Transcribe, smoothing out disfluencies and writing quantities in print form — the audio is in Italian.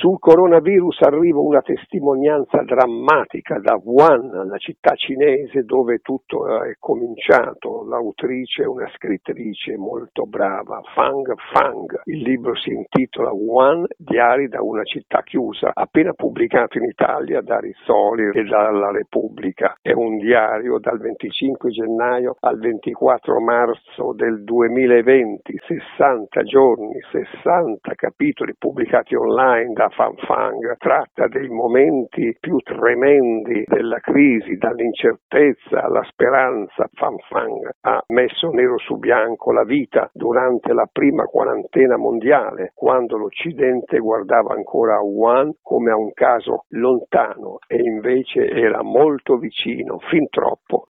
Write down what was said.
Sul coronavirus arriva una testimonianza drammatica da Wuhan, la città cinese dove tutto è cominciato. L'autrice è una scrittrice molto brava, Fang Fang. Il libro si intitola Wuhan, diari da una città chiusa, appena pubblicato in Italia da Rizzoli e dalla Repubblica. È un diario dal 25 gennaio al 24 marzo del 2020, 60 giorni, 60 capitoli pubblicati online da Fang Fang. Tratta dei momenti più tremendi della crisi, dall'incertezza alla speranza. Fang Fang ha messo nero su bianco la vita durante la prima quarantena mondiale, quando l'Occidente guardava ancora a Wuhan come a un caso lontano e invece era molto vicino, fin troppo.